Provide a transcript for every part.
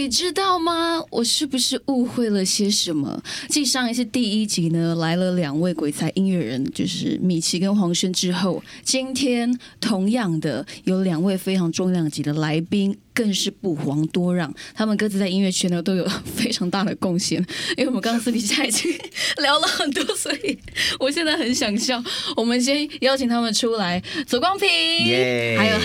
知道吗？我是不是误会了些什么？继上一次第1集呢来了2位鬼才音乐人，就是米奇跟黄轩之后，今天同样的有2位非常重量级的来宾。更是不遑多让，他们各自在音乐圈呢都有非常大的贡献。因为我们刚刚私底下已经聊了很多，所以我现在很想笑。我们先邀请他们出来，左光平，还有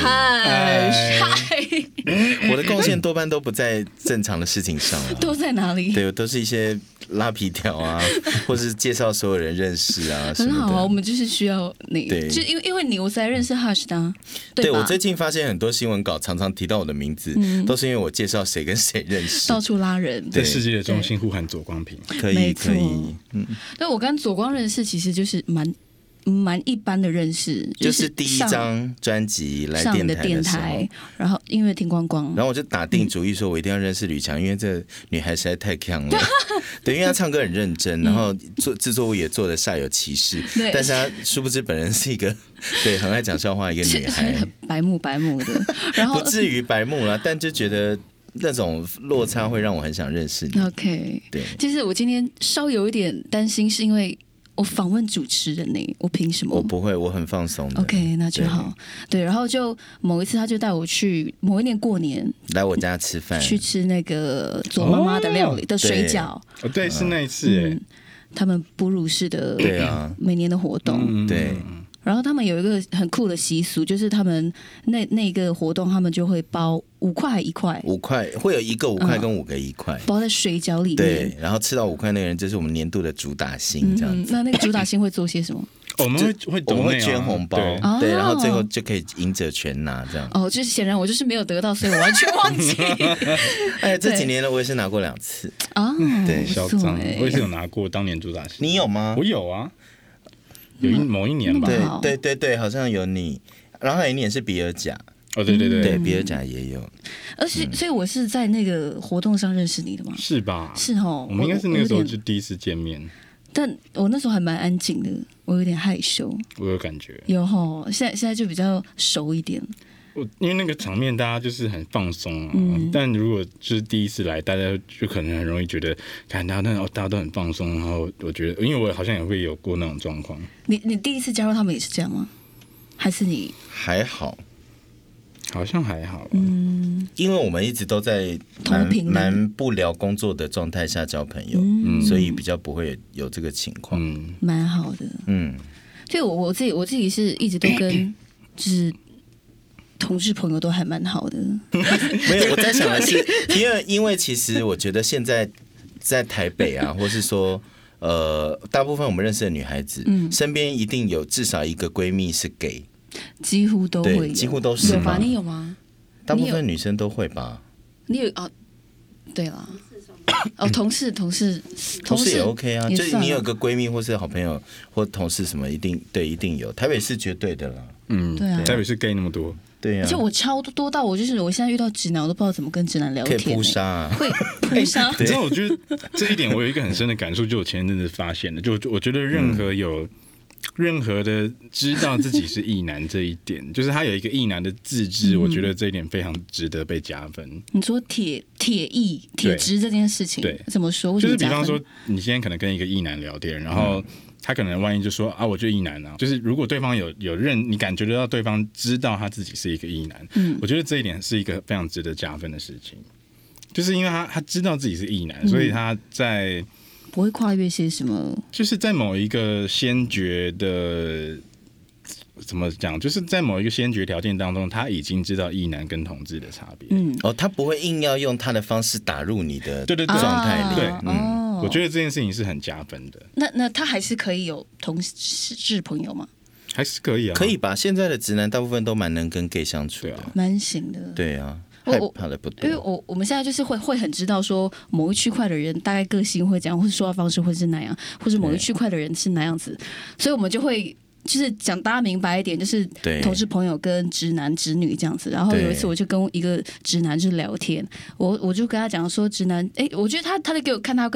Hush， 我的贡献多半都不在正常的事情上了， 都在哪里？ 对，都是一些拉皮条啊，或是介绍所有人认识啊什么的。 很好啊，我们就是需要你， 对， 就因为你我才认识 Hush 的、啊，对我最近发现很多新闻稿常常提到我的名字。都是因为我介绍谁跟谁认识， 到处拉人， 在世界的中心呼喊左光平， 可以， 对，我跟左光认识其实就是蛮一般的认识， 就是第1张专辑来电台， 然后音乐听光光， 然后我就打定主意说，我一定要认识吕强，因为这女孩实在太强了。对，因为她唱歌很认真，然后制作物也做得煞有其事，但是她殊不知本人是一个对很爱讲笑话一个女孩， 白目的，然后不至于白目啦，但就觉得。那种落差会让我很想认识你。 OK， 对， 其实我今天稍有一点担心，是因为我访问主持人呢，我凭什么？ 我不会，我很放松的。 OK， 那就好。对，然后就某一次，他就带我去某一年过年来我家吃饭， 去吃那个左妈妈的料理的水饺。 对，是那一次他们哺乳室的对啊， 每年的活动对。 然后他们有一个很酷的习俗，就是他们那个活动，他们就会包5块1块 ，5块会有1个5块跟5个1块， 包在水饺里面。 对，然后吃到5块那个人，就是我们年度的主打星这样子。 那个主打星会做些什么？ 我们会捐红包，对，然后最后就可以赢者全拿这样。 就是显然我就是没有得到，所以我完全忘记。 哎，这几年了，我也是拿过2次啊， 对， 嚣张，我也是有拿过当年主打星。 你有吗？ 我有啊。某一年吧， 对，好像有你，然后还有一年是比尔甲， 对， 比尔甲也有， 所以我是在那个活动上认识你的吗？ 是吧？ 是哦， 我们应该是那个时候就第一次见面， 但我那时候还蛮安静的，我有点害羞， 我有感觉， 有吼，现在就比较熟一点。 因为那个场面大家就是很放松啊，但如果就是第一次来，大家就可能很容易觉得，看大家都很放松，然后我觉得，因为我好像也会有过那种状况。 你第一次加入他们也是这样吗？还是你还好？ 好像还好， 因为我们一直都在蛮不聊工作的状态下交朋友，所以比较不会有这个情况， 蛮好的，所以我自己是一直都跟就是同志朋友都还蛮好的。 没有，我在想的是，因为其实我觉得现在在台北啊，或是说大部分我们认识的女孩子，身边一定有至少一个闺蜜是gay， 几乎都会有， 几乎都是有吧？你有吗？ 大部分女生都会吧？ 你有哦？对啦，同事也 OK 啊，就是你有个闺蜜或是好朋友或同事什么，一定有。台北是绝对的啦， 对啊， 台北是 gay 那么多。 对啊， 就我超多到我就是我现在遇到直男，我都不知道怎么跟直男聊天， 可以扑杀， 会扑杀。 你知道，我觉得这一点我有一个很深的感受，就我前一阵子发现的，就我觉得任何的知道自己是异男这一点，就是他有一个异男的自知，我觉得这一点非常值得被加分。 你说铁质这件事情，对，怎么说？ 就是比方说，你今天可能跟一个异男聊天，然后他可能万一就说啊，我就异男啊，就是如果对方有你感觉得到对方知道他自己是一个异男，我觉得这一点是一个非常值得加分的事情，就是因为他知道自己是异男，所以他在不会跨越些什么， 就是在某一个先决的怎么讲，就是在某一个先决条件当中，他已经知道异男跟同志的差别， 他不会硬要用他的方式打入你的状态里， 我觉得这件事情是很加分的。 那他还是可以有同志朋友吗？ 还是可以啊， 可以吧？现在的直男大部分都蛮能跟 gay 相处的， 蛮行的。 对啊，害怕的不多。 因为我们现在就是会很知道说某一区块的人大概个性会怎样，或是说话方式会是哪样，或是某一区块的人是哪样子，所以我们就会。就是讲大家明白一点，就是同志朋友跟直男直女这样子。然后有一次我就跟一个直男就聊天，我就跟他讲说直男，我觉得他就给我看他跟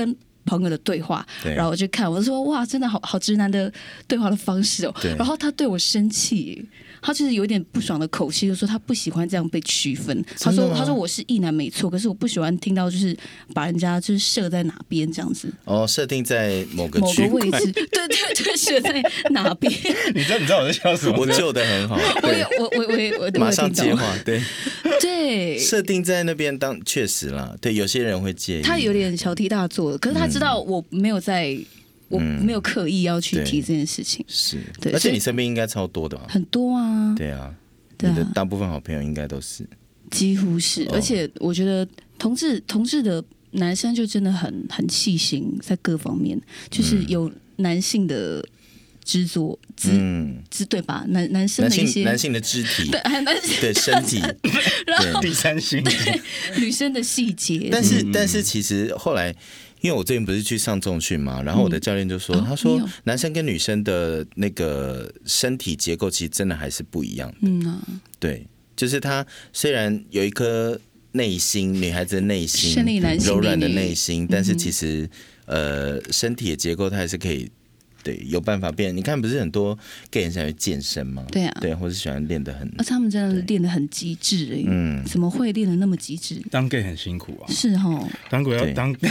朋友的对话， 对然后我就看，我就说哇，真的好直男的对话的方式哦。然后他对我生气，他就是有点不爽的口气，就说他不喜欢这样被区分。他说我是异男没错，可是我不喜欢听到就是把人家就是设在哪边这样子。 哦，设定在某个位置，对，设在哪边？ 你知道我在笑什么？ 我救的很好， 我马上接话， 对， 设定在那边确实啦，对，有些人会介意， 他有点小题大做，可是他知道我没有在。我没有刻意要去提这件事情， 是，对，而且你身边应该超多的吧？ 很多啊， 对啊，你的大部分好朋友应该都是， 几乎是，而且我觉得同志的男生就真的很细心，在各方面，就是有男性的知作，对吧？男生的一些男性的肢体， 对身体， 然后第三性， 女生的细节， 但是其实后来。因为我最近不是去上重训嘛，然后我的教练就说，他说男生跟女生的那个身体结构其实真的还是不一样的。对，就是他虽然有一颗内心，女孩子的内心，柔软的内心，但是其实身体的结构它还是可以。对，有办法变。你看，不是很多 gay 很喜欢健身吗？ 对啊， 对，或是喜欢练得很， 而他们真的练得很极致怎么会练得那么极致？ 当 gay 很辛苦啊， 是齁， 当鬼要当鬼，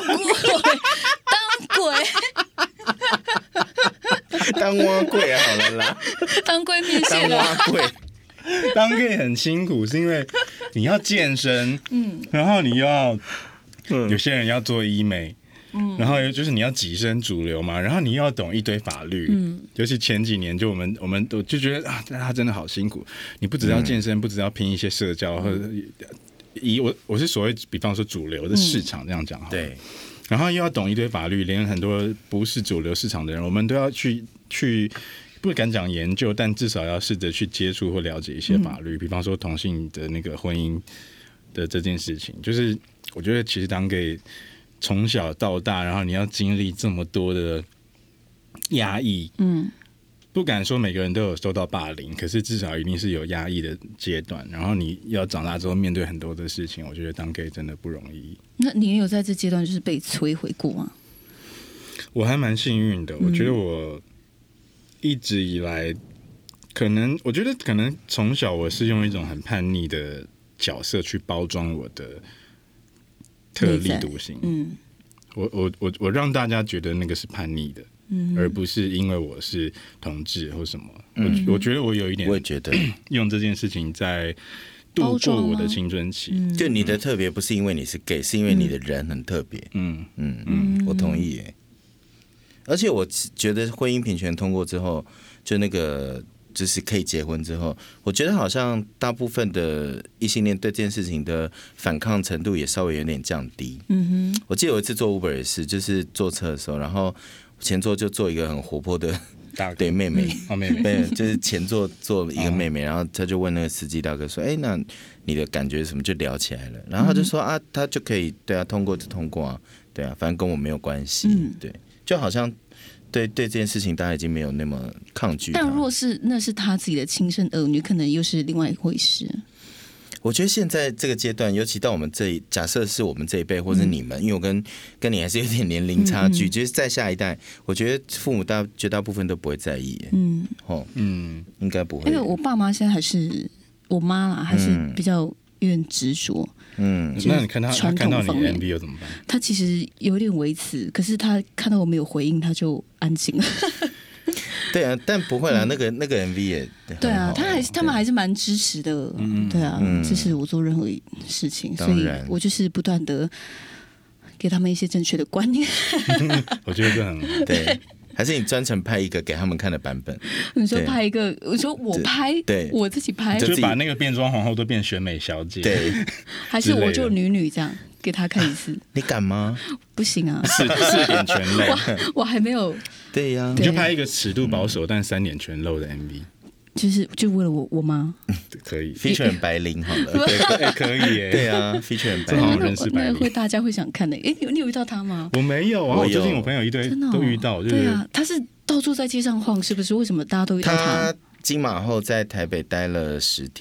当蛙贵好了啦， 当龟面线当蛙贵。 当 gay 很辛苦，是因为你要健身，然后你要有些人要做医美。然后就是你要跻身主流嘛，然后你又要懂一堆法律，尤其前几年就我们都就觉得啊，他真的好辛苦。你不只要健身，不只要拼一些社交，或者我是所谓比方说主流的市场这样讲， 对。 然后又要懂一堆法律，连很多不是主流市场的人，我们都要去不敢讲研究，但至少要试着去接触或了解一些法律，比方说同性的那个婚姻的这件事情，就是我觉得其实当给。从小到大，然后你要经历这么多的压抑，不敢说每个人都有受到霸凌，可是至少一定是有压抑的阶段。然后你要长大之后面对很多的事情，我觉得当 gay 真的不容易。 那你有在这阶段就是被摧毁过吗？ 我还蛮幸运的，我觉得我一直以来，我觉得可能从小我是用一种很叛逆的角色去包装我的。特立独行，我让大家觉得那个是叛逆的，而不是因为我是同志或什么。我觉得我有一点， 我也觉得用这件事情在度过我的青春期。 就你的特别不是因为你是 gay， 是因为你的人很特别。我同意耶。而且我觉得婚姻平权通过之后，就那个。就是可以结婚之后，我觉得好像大部分的异性恋对这件事情的反抗程度也稍微有点降低。我记得有一次坐 Uber 也是，就是坐车的时候，然后前座就坐一个很活泼的对妹妹， 妹妹， 就是前座坐一个妹妹，然后他就问那个司机大哥说：“哎，那你的感觉是什么？”就聊起来了，然后他就说：“啊，他就可以对啊，通过就通过啊，对啊，反正跟我没有关系。”对，就好像。对这件事情，大家已经没有那么抗拒。 但若是那是他自己的亲生儿女，可能又是另外一回事。 我觉得现在这个阶段，尤其到我们假设是我们这一辈，或是你们，因为我跟你还是有点年龄差距，就是在下一代，我觉得父母绝大部分都不会在意。应该不会。 因为我爸妈现在还是我妈啦，还是比较有点执着。 那你看他看到你 MV 又怎么办？ 他其实有点微词，可是他看到我没有回应，他就安静了。 对啊，但不会啦，那个 MV 也对啊，他们还是蛮支持的，对啊，支持我做任何事情，所以我就是不断的给他们一些正确的观念。 我觉得这很好， 对。还是你专程拍一个给他们看的版本？ 你说拍一个，我说我拍， 对， 我自己拍， 就把那个变装皇后都变选美小姐， 对， 还是我就女这样给他看一次？ 你敢吗？ 不行啊 ，4点全露， 我还没有。 对呀， 你就拍一个尺度保守但3点全露的 MV。 就为了我妈， 可以 feature 白灵好了， 对，可以耶， 对啊 ，feature 白灵，认识白灵， 大家会想看的。哎，你有遇到他吗？ 我没有啊，我最近我朋友一堆都遇到， 对啊，他是到处在街上晃，是不是？为什么大家都遇到他？ 他金马后在台北待了10天，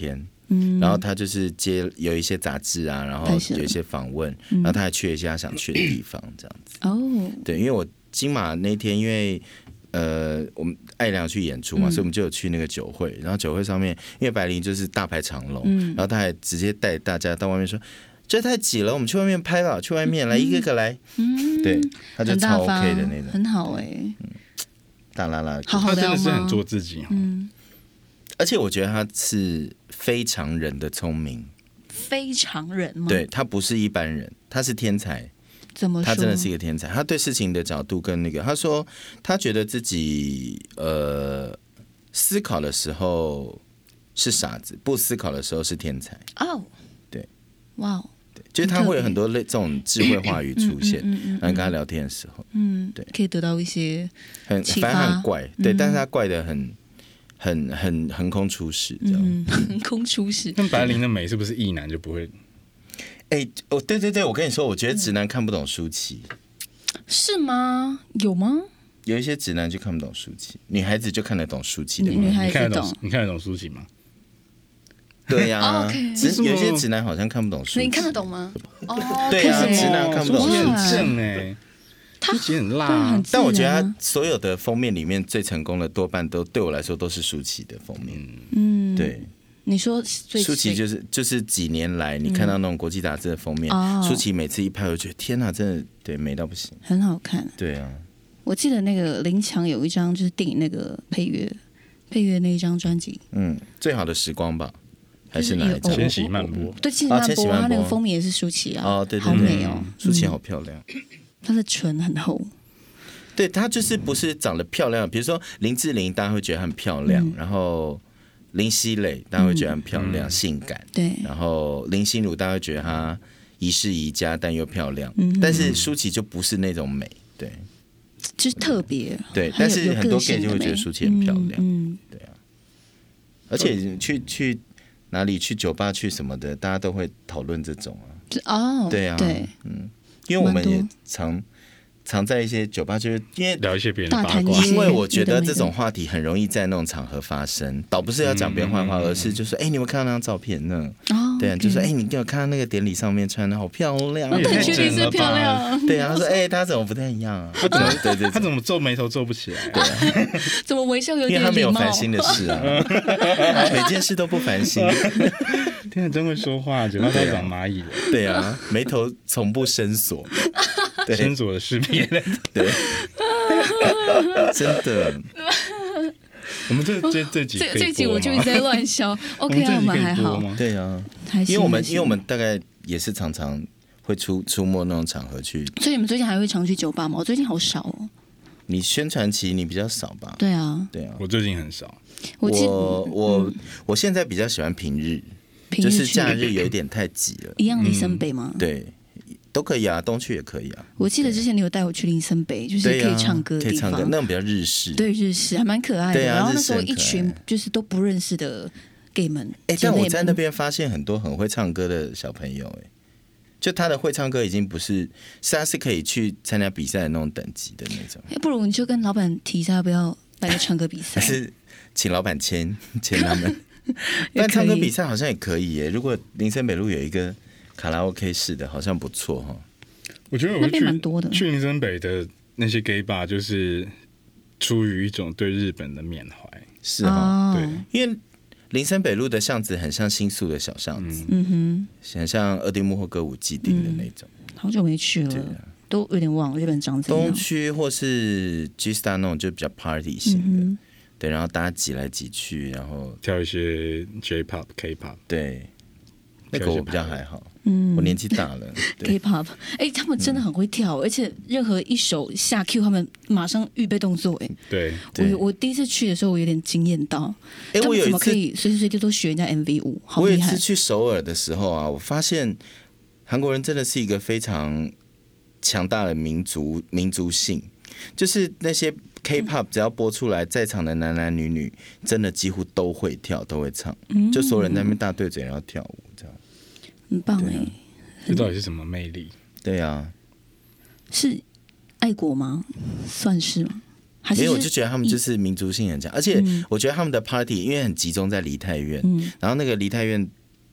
然后他就是有一些杂志啊，然后有一些访问，然后他还去了一些他想去的地方，这样子。 哦， 对，因为我金马那天，因为我们艾良去演出嘛，所以我们就有去那个酒会，然后酒会上面，因为白灵就是大排长龙，然后他还直接带大家到外面说。这太挤了，我们去外面拍吧，去外面来一个个来。对，他就超 OK 的那种， 很好大拉拉， 他真的是很做自己。 而且我觉得他是非常人的聪明， 非常人吗？ 对，他不是一般人，他是天才。 怎么说？ 他真的是一个天才，他对事情的角度跟那个，他说他觉得自己思考的时候是傻子，不思考的时候是天才。 哦， 对， 哇哦。 就是他会有很多这种智慧话语出现，然后跟他聊天的时候，对， 可以得到一些反正很怪，对，但是他怪的很横空出世，这样， 横空出世。 那白灵的美是不是异男就不会？ 对，我跟你说，我觉得直男看不懂舒淇， 是吗？有吗？ 有一些直男就看不懂舒淇，女孩子就看得懂舒淇的美， 女孩子懂，你看得懂舒淇吗？ 对呀，有些直男好像看不懂舒淇， 你看得懂吗？ 对呀，直男看不懂舒淇， 很正哎，他其实很辣， 但我觉得他所有的封面里面最成功的多半都对我来说都是舒淇的封面。对， 你说舒淇就是几年来你看到那种国际杂志的封面，舒淇每次一拍，我觉得天哪，真的对美到不行， 很好看。 对啊， 我记得那个林强有一张就是电影那个配乐那一张专辑， 最好的时光吧。还是哪一张？ 千禧曼波。 对，千禧曼波，他那个封面也是舒淇啊。 对， 好美哦， 舒淇好漂亮。 她的唇很厚。 对，她就是不是长得漂亮，比如说林志玲，大家会觉得很漂亮，然后林熙蕾，大家会觉得很漂亮、性感。 对。 然后林心如，大家会觉得她宜室宜家，但又漂亮。但是舒淇就不是那种美，对， 就是特别。 对，但是很多 gay 就会觉得舒淇很漂亮。对啊。而且去哪里去酒吧去什么的，大家都会讨论这种啊。对啊，对，因为我们也常在一些酒吧，就是因为聊一些别人的八卦。 因为我觉得这种话题很容易在那种场合发生，倒不是要讲别人坏话，而是就是你有没有看到那张照片呢？对啊，就说你给我看到那个典礼上面穿的好漂亮， 对，确实是漂亮。 对啊，他说他怎么不太一样啊？对， 他怎么皱眉头皱不起来？ 对啊， 怎么微笑有点礼貌？ 因为他没有烦心的事啊，每件事都不烦心。 天啊，真会说话，嘴巴都长蚂蚁了。 对啊，眉头从不深锁， 深锁的是别人。 对，真的。 我们这集我就一直在乱笑。OK 啊，我们还好。 对啊，因为我们大概也是常常会出没那种场合去。 所以你们最近还会常去酒吧吗？我最近好少哦。 你宣传期你比较少吧？ 对啊， 我最近很少。 我现在比较喜欢平日，就是假日有一点太挤了。 一样林森北吗？ 对。都可以啊，东区也可以啊。 我记得之前你有带我去林森北，就是可以唱歌的地方， 那种比较日式， 对，日式还蛮可爱的。 对啊， 然后那时候一群就是都不认识的 gay 们， 但我在那边发现很多很会唱歌的小朋友，就他的会唱歌已经不是他是可以去参加比赛的那种等级的那种。 不如你就跟老板提一下，要不要办个唱歌比赛？ 还是请老板签他们？但唱歌比赛好像也可以耶。如果林森北路有一个卡拉 OK 式的，好像不错哈。 我觉得我去林森北的那些 gay bar，就是出于一种对日本的缅怀。 是哈，对，因为林森北路的巷子很像新宿的小巷子，很像二丁目或歌舞伎町的那种。 好久没去了，都有点忘了日本长怎样。 东区或是 G Star 那种就比较 party 型的，对，然后大家挤来挤去，然后跳一些 J-pop、K-pop， 对，那个我比较还好。我年纪大了 ，K-pop， 他们真的很会跳，而且任何一首下 Q， 他们马上预备动作， 对， 我第一次去的时候，我有点惊艳到， 我有一次怎么可以随时随地都学人家 MV 舞，好厉害！ 厉我有一次去首尔的时候啊，我发现韩国人真的是一个非常强大的民族性，就是那些 K-pop 只要播出来，在场的男男女女真的几乎都会跳，都会唱，就所有人在那边大对嘴然后跳舞，这样。 很棒这到底是什么魅力？ 对啊， 是爱国吗？算是吗？还是因为我就觉得他们就是民族性很强，而且我觉得他们的 party 因为很集中在梨泰院，然后那个梨泰院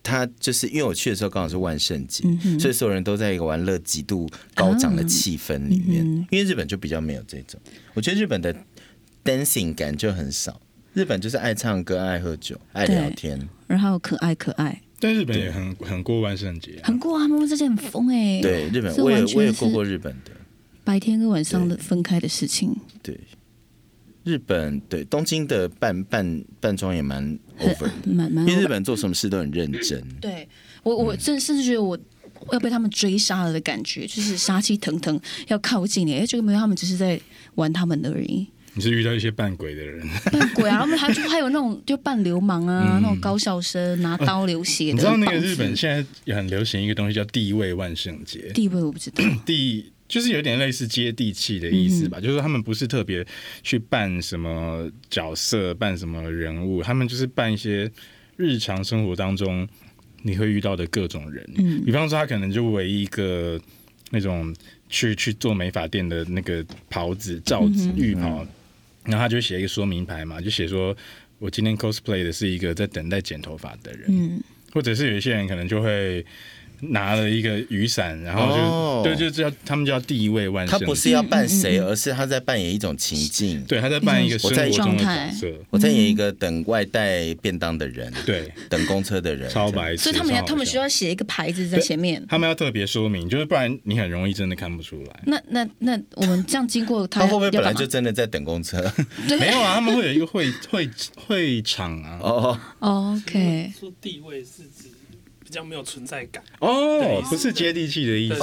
他就是因为我去的时候刚好是万圣节，所以所有人都在一个玩乐极度高涨的气氛里面。因为日本就比较没有这种，我觉得日本的 dancing 感就很少。日本就是爱唱歌、爱喝酒、爱聊天， 然后可爱。 但日本也很过万圣节， 很过啊，他们万圣节很疯哎。 对，日本我也过日本的白天跟晚上的分开的事情。 对，日本对东京的扮装也蛮 over 的，因为日本做什么事都很认真。 对我甚至觉得我要被他们追杀了的感觉，就是杀气腾腾要靠近你，结果没有，他们只是在玩他们的而已。 你是遇到一些扮鬼的人， 扮鬼啊，他们还有那种就扮流氓啊，那种高校生拿刀流血的。 你知道那个日本现在也很流行一个东西叫地位万圣节？ 地位我不知道， 就是有点类似接地气的意思吧，就是他们不是特别去扮什么角色、扮什么人物，他们就是扮一些日常生活当中你会遇到的各种人。比方说他可能就围一个那种去做美发店的那个袍子、罩子、浴袍。然后他就写一个说明牌嘛，就写说我今天 cosplay 的是一个在等待剪头发的人，或者是有一些人可能就会拿了一个雨伞，然后就叫他们叫地位万圣节。 他不是要扮谁，而是他在扮演一种情境。 对，他在扮一个生活中的角色。 我在演一个等外带便当的人， 对， 等公车的人， 超白痴。 所以他们需要写一个牌子在前面， 他们要特别说明，就是不然你很容易真的看不出来。 那我们这样经过他会不会本来就真的在等公车？ 没有啊，他们会有一个会场啊。 OK， 说地位是指比较没有存在感不是接地气的意思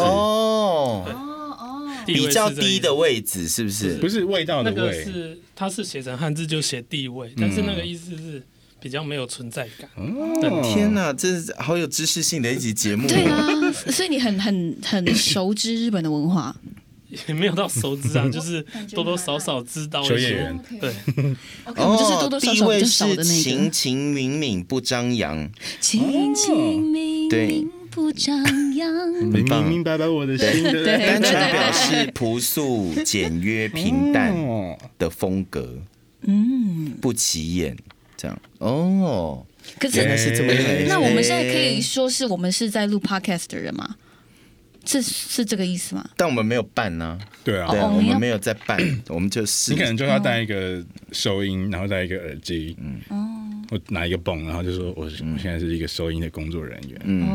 比较低的位置是不是？ 不是味道的味， 那个是它是写成汉字就写地位，但是那个意思是比较没有存在感。 天哪，这是好有知识性的一集节目。 对啊，所以你很熟知日本的文化。 也没有到熟知啊，就是多多少少知道一些。 球演员对，我们就是多多少少比较少的那个。 情情明明不张扬， 情情明明不张扬， 明明白白我的心的， 单纯表示朴素、简约、平淡的风格，不起眼，这样可是原来是这么一回事。 那我们现在可以说是我们是在录 podcast 的人吗？是这个意思吗？ 但我们没有扮呢。 对啊， 我们没有在扮，我们就是你可能就要戴一个收音，然后戴一个耳机，或拿一个泵，然后就说我现在是一个收音的工作人员。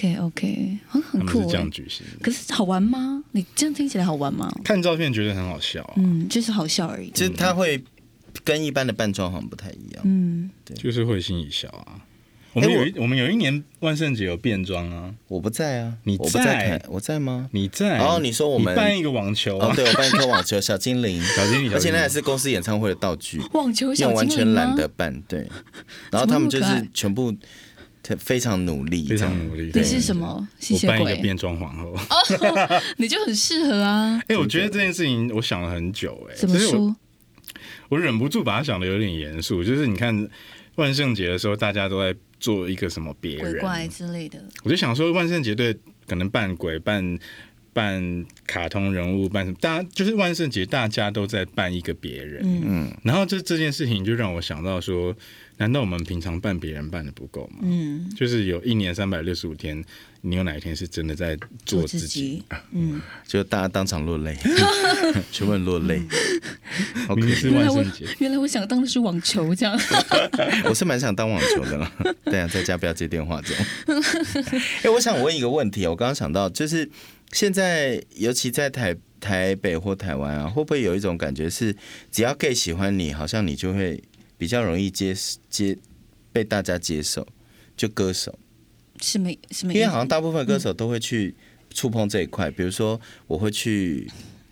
OK， 很酷。 是这样举行。 可是好玩吗？你这样听起来好玩吗？ 看照片觉得很好笑， 就是好笑而已。 就是它会跟一般的扮装好像不太一样， 对，就是会心一笑啊。我们有一年万圣节有变装啊， 我不在啊， 你在？ 我在吗？ 你在？ 你说我们扮一个网球对，我扮一颗网球小精灵，而且那还是公司演唱会的道具， 网球小精灵吗？ 完全懒得扮，对。然后他们就是全部非常努力， 非常努力。 你是什么？吸血鬼？ 我扮一个变装皇后， 你就很适合啊。 我觉得这件事情我想了很久， 怎么说？ 我忍不住把它想的有点严肃，就是你看万圣节的时候，大家都在做一个什么别人鬼怪之类的， 我就想说万圣节对可能扮鬼、扮卡通人物、扮什么，大家就是万圣节大家都在扮一个别人，然后这件事情就让我想到说，难道我们平常扮别人扮的不够吗？就是有一年365天，你有哪一天是真的在做自己？ 就大家当场落泪，全部人落泪。 明明是万圣节， 原来我想当的是网球这样。 我是蛮想当网球的啦，对啊，在家不要接电话这样。我想问一个问题，我刚刚想到，就是现在尤其在台北或台湾啊，会不会有一种感觉是，只要 gay 喜欢你，好像你就会比较容易被大家接受，就歌手是没因为好像大部分歌手都会去触碰这一块，比如说我会去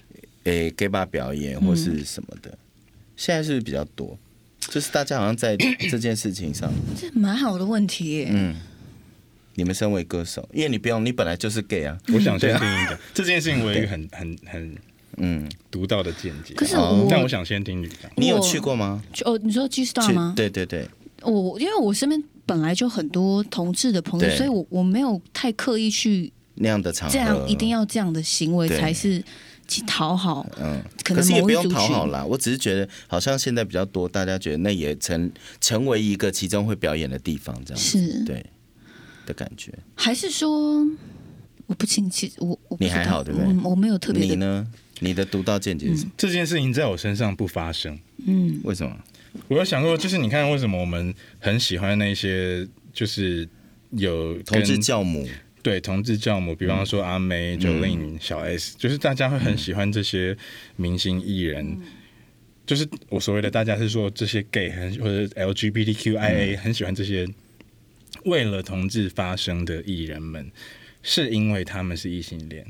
gay bar 表演或是什么的，现在是不是比较多？就是大家好像在这件事情上， 这蛮好的问题耶。 你们身为歌手，因为你不用，你本来就是 gay 啊。 我想先听你讲这件事情，我有一个很独到的见解。 可是但我想先听你讲。 你有去过吗？ 你说 G Star 吗？ 对对对。 因为我身边本来就很多同志的朋友，所以我没有太刻意去那样的场合， 这样一定要这样的行为才是去讨好。 可是也不用讨好啦。我只是觉得，好像现在比较多，大家觉得那也成为一个其中会表演的地方，这样子。 是， 对。 的感觉？ 还是说我不清，其实我你还好对不对？ 我没有特别的。 你呢？你的独到见解是什么？ 这件事情在我身上不发生。 为什么？ 我有想过，就是你看为什么我们很喜欢那些就是有同志教母。 对，同志教母，比方说阿妹、Jolin、小 S， 就是大家会很喜欢这些明星艺人。就是我所谓的大家是说这些 gay 或者 LGBTQIA 很喜欢这些为了同志发声的艺人们，是因为他们是异性恋。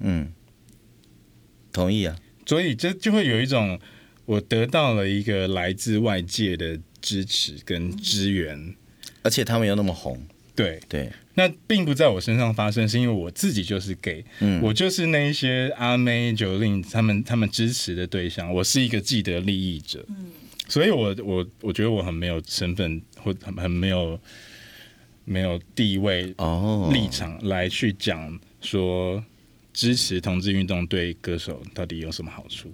同意啊。 所以这就会有一种我得到了一个来自外界的支持跟支援， 而且他们又那么红。对， 那并不在我身上发生，是因为我自己就是 gay，我就是那一些阿妹、Jolin 他们支持的对象，我是一个既得利益者，所以我觉得我很没有身份，或很没有地位、立场来去讲说支持同志运动对歌手到底有什么好处。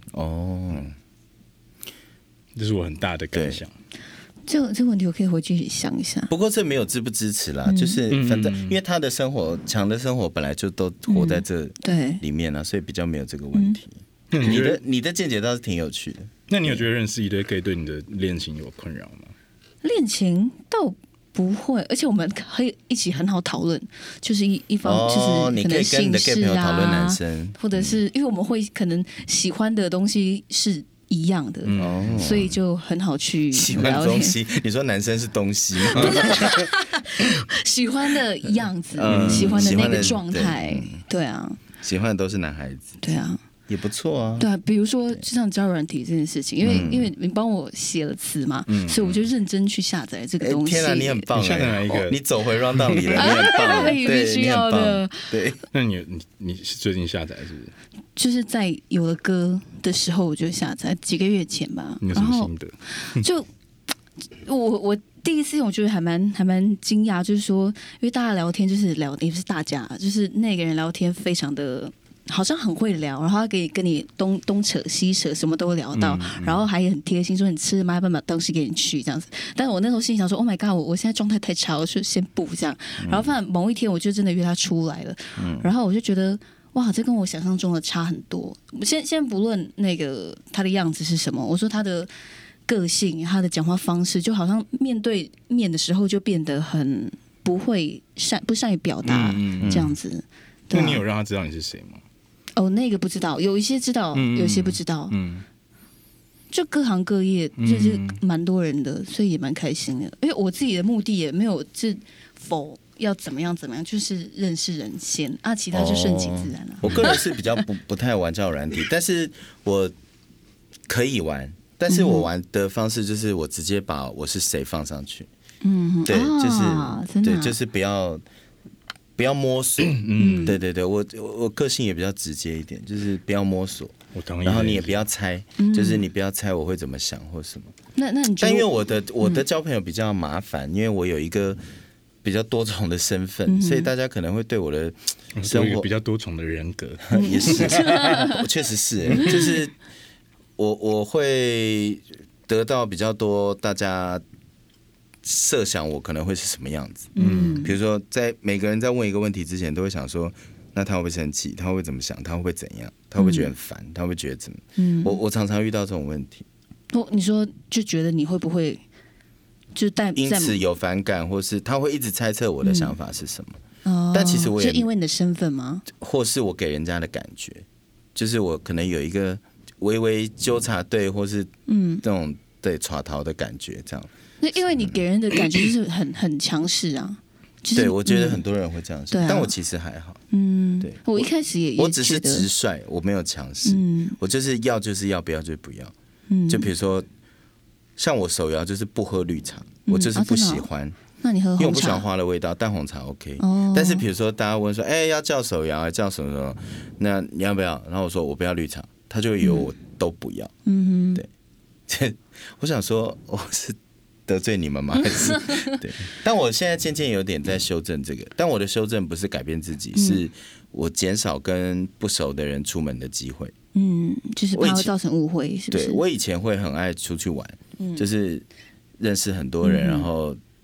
这是我很大的感想。 这个问题我可以回去想一下。 不过这没有支不支持啦，就是反正因为他的生活强的生活本来就都活在这里面啊，所以比较没有这个问题。你的见解倒是挺有趣的。 那你有觉得认识一堆 gay 对你的恋情有困扰吗？ 恋情倒不会，而且我们可以一起很好讨论，就是一方就是可能姓氏讨论男生， 或者是因为我们会可能喜欢的东西是一样的，所以就很好去喜欢的东西。你说男生是东西吗？ 喜欢的样子，喜欢的那个状态，对啊， 喜欢的都是男孩子， 对啊， 也不错啊。 对啊，比如说就像交友软体这件事情，因为你帮我写了词嘛，所以我就认真去下载这个东西。 天啊，你很棒！ 你下载哪一个？ 你走回 round down 里了，你很棒， 必须要的。 对， 那你最近下载是不是？ 就是在有了歌的时候我就下载，几个月前吧。 你有什么心得？ 就我第一次用，我觉得还蛮惊讶，就是说，因为大家聊天就是聊，也不是大家，就是那个人聊天非常的。好像很会聊，然后他可以跟你东扯西扯，什么都会聊到，然后还很贴心，说你吃了吗？要把东西给你去这样子。但是我那时候心里想说 ，Oh my god， 我现在状态太差，我就先不这样。然后反正某一天我就真的约他出来了，然后我就觉得哇，这跟我想象中的差很多。先不论那个他的样子是什么，我说他的个性、他的讲话方式，就好像面对面的时候就变得很不善于表达这样子。 那你有让他知道你是谁吗？ 那个不知道，有一些知道，有些不知道。就各行各业，就是蛮多人的，所以也蛮开心的。因为我自己的目的也没有否要怎么样，就是认识人先啊，其他就顺其自然了。 我个人是比较不太玩交友软体，但是我可以玩，但是我玩的方式就是我直接把我是谁放上去。对，对，就是不要摸索，对，我个性也比较直接一点，就是不要摸索， 我同意。 然后你也不要猜，就是你不要猜我会怎么想或什么。 那你但因为我的交朋友比较麻烦，因为我有一个比较多重的身份，所以大家可能会对我的生活比较多重的人格， 也是，我确实是，就是我会得到比较多大家设想我可能会是什么样子，比如说在每个人在问一个问题之前，都会想说，那他会不会生气？他会不会怎么想？他会不会怎样？他会不会觉得很烦？他会不会觉得怎么？我常常遇到这种问题。 你说就觉得你会不会就因此有反感，或是他会一直猜测我的想法是什么？但其实我也是因为你的身份吗？ 或是我给人家的感觉，就是我可能有一个微微纠察队，或是这种对耍逃的感觉，这样。 那因为你给人的感觉就是很强势啊，就是对，我觉得很多人会这样想，但我其实还好。对， 我一开始也我只是直率，我没有强势，我就是要就是要，不要就不要。就比如说，像我手摇就是不喝绿茶，我就是不喜欢。 那你喝红茶？ 因为我不喜欢花的味道，但红茶 OK。但是比如说大家问说，要叫手摇，叫什么什么，那你要不要？然后我说我不要绿茶，他就会以为我都不要。对，我想说我是得罪你们吗？还是对？但我现在渐渐有点在修正这个，但我的修正不是改变自己，是我减少跟不熟的人出门的机会。 就是怕会造成误会，是不是？ 对，我以前会很爱出去玩，就是认识很多人，然后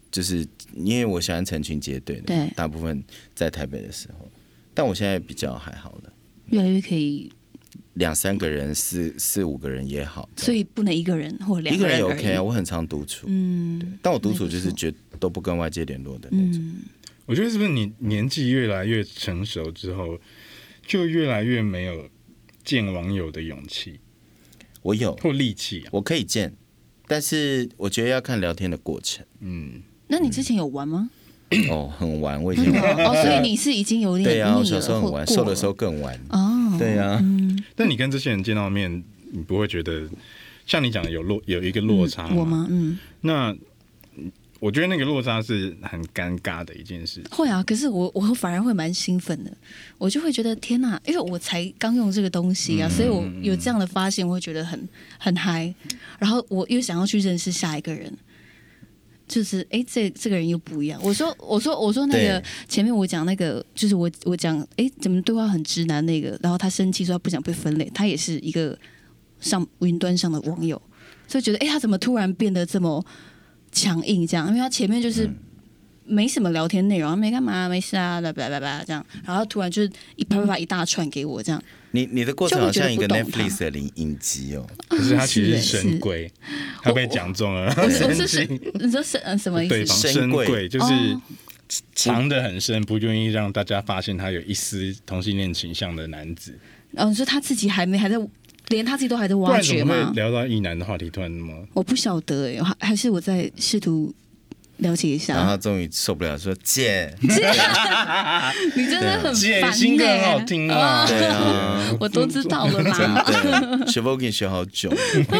就是因为我喜欢成群结队的， 对， 大部分在台北的时候，但我现在比较还好了， 越来越可以 2-3个人、4-5个人也好， 所以不能一个人或2个人， 一个人也 OK 啊。我很常独处，但我独处就是都不跟外界联络的那种。 我觉得是不是你年纪越来越成熟之后，就越来越没有见网友的勇气？ 我有或力气啊， 我可以见，但是我觉得要看聊天的过程。 那你之前有玩吗？ 很玩，我以前玩。 所以你是已经有点对啊，我腻了小时候很玩，瘦的时候更玩。对啊。 但你跟这些人见到面，你不会觉得像你讲的有一个落差吗？ 我吗？ 那我觉得那个落差是很尴尬的一件事。 会啊，可是我反而会蛮兴奋的，我就会觉得天哪，因为我才刚用这个东西啊，所以我有这样的发现，我会觉得很嗨，然后我又想要去认识下一个人，就是这个人又不一样。我说那个前面我讲那个，就是我讲怎么对话很直男那个，然后他生气说他不想被分类，他也是一个上云端上的网友，所以觉得他怎么突然变得这么强硬这样，因为他前面就是没什么聊天内容，没干嘛，没事啊，这样，然后突然就是啪一大串给我这样。 你的过程好像一个 Netflix 的影集哦， 可是他其实是神龟，他被讲中了。 你说什么意思？ 对方深贵就是藏得很深，不愿意让大家发现他有一丝同性恋倾向的男子。 你说他自己还在。连他自己都还在挖掘吗？ 不然怎么会聊到异男的话题？突然那么…… 我不晓得还是我在试图了解一下。 然后他终于受不了，说：“姐， 你真的很烦新歌很好听啊！” 对啊， 我都知道了啦。 学 voguing 学好久，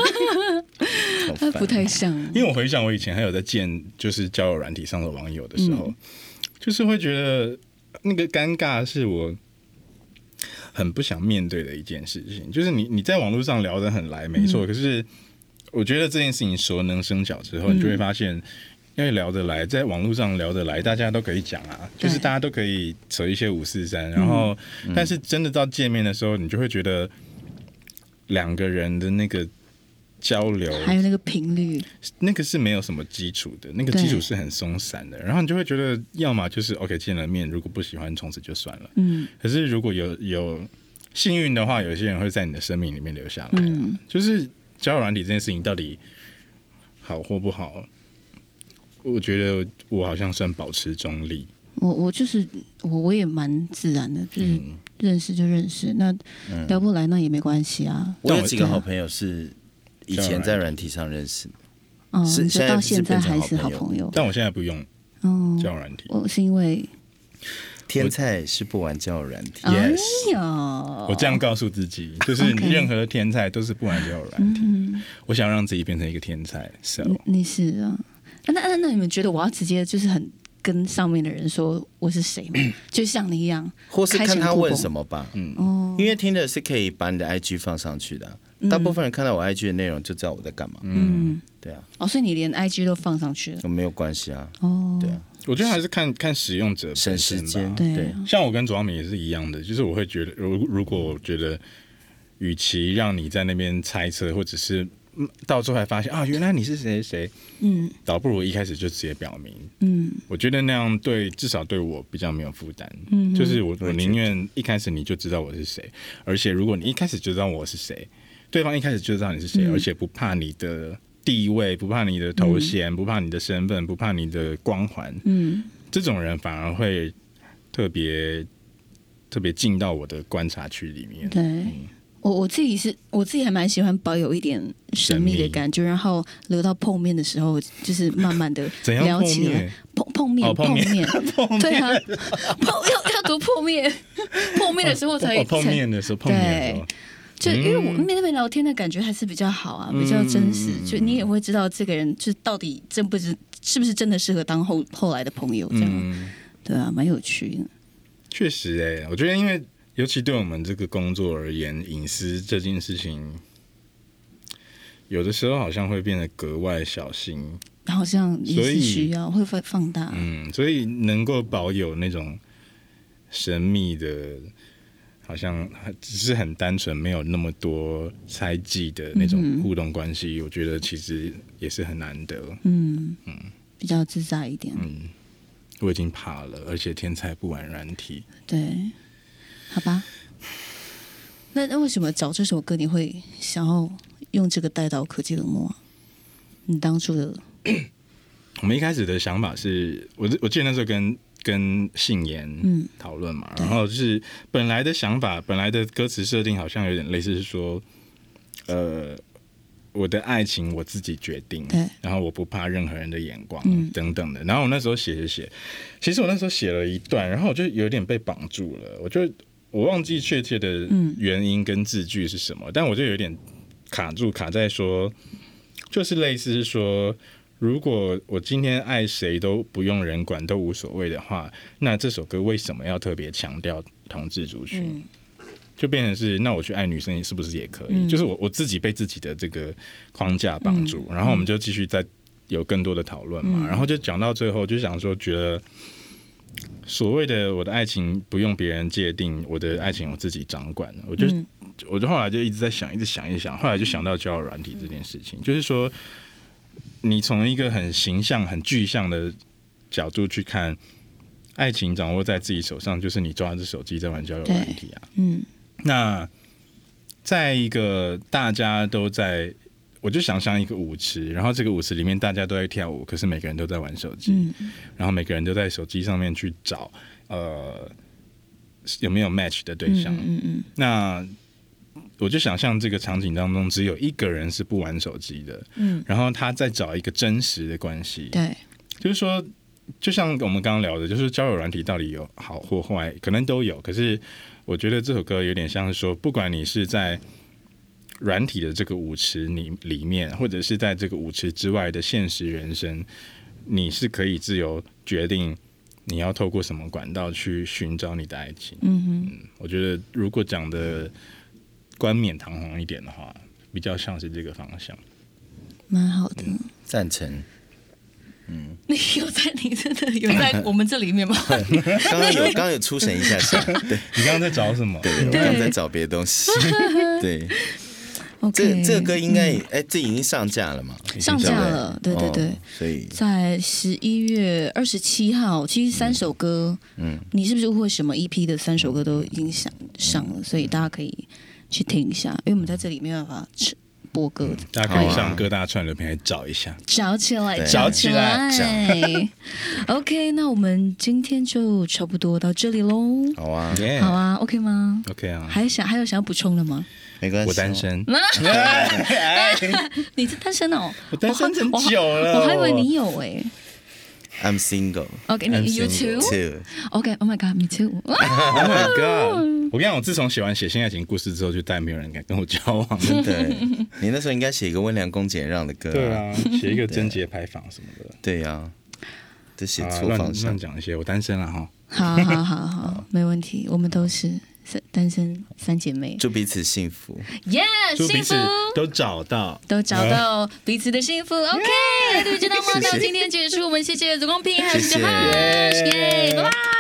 不太像。 因为我回想我以前还有在见就是交友软体上的网友的时候，就是会觉得那个尴尬是我很不想面对的一件事情，就是你在网络上聊得很来，没错，可是我觉得这件事情熟能生巧之后，你就会发现，因为聊得来，在网络上聊得来，大家都可以讲啊，就是大家都可以扯一些543，然后，但是真的到见面的时候，你就会觉得2个人的那个交流， 还有那个频率， 那个是没有什么基础的，那个基础是很松散的，然后你就会觉得，要么就是 OK 见了面，如果不喜欢，从此就算了。可是如果有幸运的话，有些人会在你的生命里面留下来。就是交友软体这件事情到底好或不好，我觉得我好像算保持中立。 我就是我也蛮自然的，就是认识就认识，那聊不来那也没关系啊。 我有几个好朋友是以前在软体上认识的， 是到现在还是好朋友。 但我现在不用交友软体， 我是因为天菜是不玩交友软体。 Yes， 我这样告诉自己，就是任何的天菜都是不玩交友软体。我想让自己变成一个天才。So， 你是啊？那你们觉得我要直接就是很跟上面的人说我是谁吗？就像你一样， 或是看他问什么吧。因为听的是可以把你的 IG 放上去的，大部分人看到我 IG 的内容就知道我在干嘛。对啊。 所以你连 IG 都放上去了？ 没有关系啊。对啊。 我觉得还是看使用者省时间。 对， 像我跟左阳明也是一样的，就是我会觉得，如果我觉得，与其让你在那边猜测，或者是到最后才发现原来你是谁谁，倒不如一开始就直接表明。我觉得那样至少对我比较没有负担。就是我宁愿一开始你就知道我是谁，而且如果你一开始就知道我是谁，对方一开始就知道你是谁，而且不怕你的地位，不怕你的头衔，不怕你的身份，不怕你的光环，这种人反而会特别进到我的观察区里面。 对，我自己还蛮喜欢保有一点神秘的感觉，然后留到碰面的时候，就是慢慢的聊起来。碰面，对啊，要读碰面，碰面的时候才碰面的时候。 就因为我们那边聊天的感觉还是比较好啊，比较真实，就你也会知道这个人就到底是不是真的适合当后来的朋友这样，对啊，蛮有趣的。 确实我觉得因为尤其对我们这个工作而言，隐私这件事情有的时候好像会变得格外小心， 好像也是需要会放大。 所以能够保有那种神秘的，好像只是很单纯，没有那么多猜忌的那种互动关系，我觉得其实也是很难得。 比较自在一点。 我已经怕了，而且天才不玩软体。 对，好吧。那为什么找这首歌你会想要用这个带到科技冷漠？你当初的， 我们一开始的想法是，我记得那时候跟信言讨论嘛，然后就是本来的想法，本来的歌词设定好像有点类似是说，我的爱情我自己决定，然后我不怕任何人的眼光，等等的。然后我那时候写，其实我那时候写了一段，然后我就有点被绑住了。我忘记确切的原因跟字句是什么，但我就有点卡在说，就是类似是说，如果我今天爱谁都不用人管，都无所谓的话，那这首歌为什么要特别强调同志族群？就变成是，那我去爱女生是不是也可以？就是我自己被自己的这个框架绑住，然后我们就继续再有更多的讨论嘛，然后就讲到最后，就想说，觉得所谓的我的爱情不用别人界定，我的爱情我自己掌管。我就后来就一直在想，后来就想到交友软体这件事情，就是说，你从一个很形象、很具象的角度去看，爱情掌握在自己手上，就是你抓着手机在玩交友软体啊。那在一个大家都在，我就想象一个舞池，然后这个舞池里面大家都在跳舞，可是每个人都在玩手机，然后每个人都在手机上面去找有没有 match 的对象。那我就想象这个场景当中只有一个人是不玩手机的，然后他在找一个真实的关系。对，就是说，就像我们刚刚聊的，就是交友软体到底有好或坏，可能都有，可是我觉得这首歌有点像是说，不管你是在软体的这个舞池里面，或者是在这个舞池之外的现实人生，你是可以自由决定你要透过什么管道去寻找你的爱情。我觉得如果讲的冠冕堂皇一点的话，比较像是这个方向。 蛮好的， 赞成。 你真的有在我们这里面吗？ 刚刚有出神一下下。对， 你刚刚在找什么？ 对，我刚刚在找别的东西。对，这个歌应该这已经上架了嘛？ 上架了，对对对。 所以在11月27号，其实3首歌，你是不是会什么 EP 的3首歌都已经上了，所以大家可以去听一下，因为我们在这里没办法播歌， 大家可以上各大串流平台找一下， 找起来。OK， 那我们今天就差不多到这里喽。 好啊， 好啊 ，OK 吗 ？OK 啊。 还有想要补充的吗？ 没关系， 我单身。 你是单身哦？ 我单身很久了， 我还以为你有 I'm single. Okay, you too? Okay, oh my god, me too. Oh my god. 我跟你讲，我自从写完《写新爱情故事》之后，就再没有人敢跟我交往。 真的，你那时候应该写一个温良恭俭让的歌。 对啊，写一个贞节牌坊什么的。 对呀，这写错方向。 乱讲一些，我单身了哈。 好，没问题，我们都是单身3姐妹， 祝彼此幸福。 祝彼此都找到彼此的幸福。OK， 对，就到今天结束，我们谢谢左光平还有小汉，拜拜。